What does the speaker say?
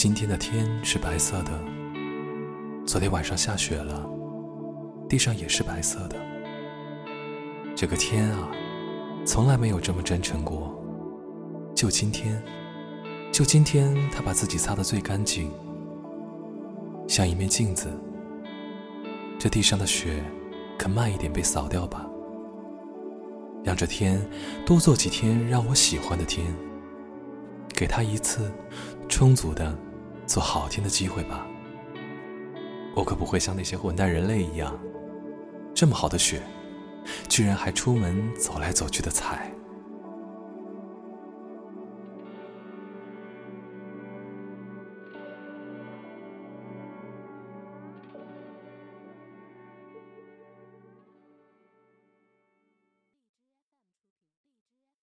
今天的天是白色的，昨天晚上下雪了，地上也是白色的。这个天啊，从来没有这么真诚过。就今天他把自己擦得最干净，像一面镜子。这地上的雪可慢一点被扫掉吧，让这天多做几天让我喜欢的天，给他一次充足的做好天的机会吧。我可不会像那些混蛋人类一样，这么好的雪居然还出门走来走去的踩。